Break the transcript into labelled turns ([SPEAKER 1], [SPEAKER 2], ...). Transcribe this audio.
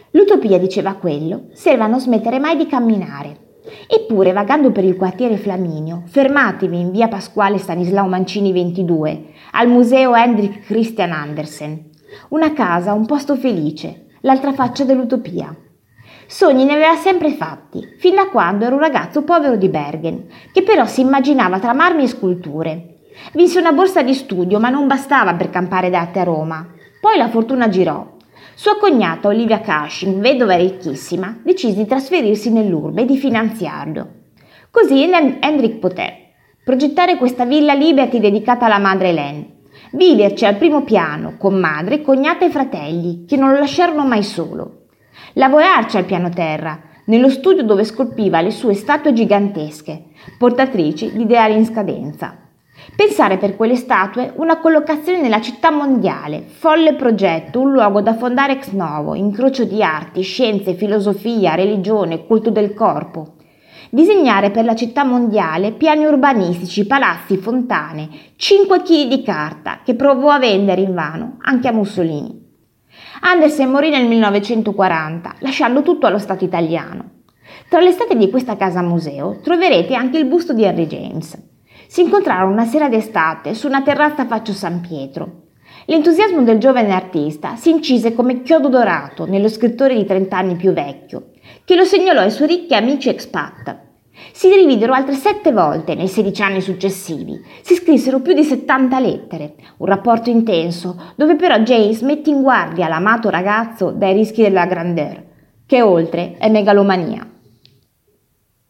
[SPEAKER 1] L'utopia, diceva quello, sembra non smettere mai di camminare. Eppure, vagando per il quartiere Flaminio, fermatevi in via Pasquale Stanislao Mancini 22, al museo Hendrik Christian Andersen. Una casa, un posto felice, l'altra faccia dell'utopia. Sogni ne aveva sempre fatti, fin da quando era un ragazzo povero di Bergen, che però si immaginava tra marmi e sculture. Vinse una borsa di studio, ma non bastava per campare d'arte a Roma. Poi la fortuna girò. Sua cognata Olivia Cushing, vedova ricchissima, decise di trasferirsi nell'urbe e di finanziarlo. Così Hendrik poté progettare questa villa Liberty dedicata alla madre Hélène, viverci al primo piano con madre, cognata e fratelli che non lo lasciarono mai solo, lavorarci al piano terra, nello studio dove scolpiva le sue statue gigantesche, portatrici di ideali in scadenza. Pensare per quelle statue una collocazione nella città mondiale, folle progetto, un luogo da fondare ex novo, incrocio di arti, scienze, filosofia, religione, culto del corpo. Disegnare per la città mondiale piani urbanistici, palazzi, fontane, 5 kg di carta che provò a vendere invano anche a Mussolini. Andersen morì nel 1940, lasciando tutto allo Stato italiano. Tra le statue di questa casa museo troverete anche il busto di Henry James. Si incontrarono una sera d'estate su una terrazza a Faccio San Pietro. L'entusiasmo del giovane artista si incise come chiodo dorato nello scrittore di 30 anni più vecchio, che lo segnalò ai suoi ricchi amici expat. Si rividero altre 7 volte nei 16 anni successivi, si scrissero più di 70 lettere, un rapporto intenso, dove però James mette in guardia l'amato ragazzo dai rischi della grandeur, che oltre è megalomania.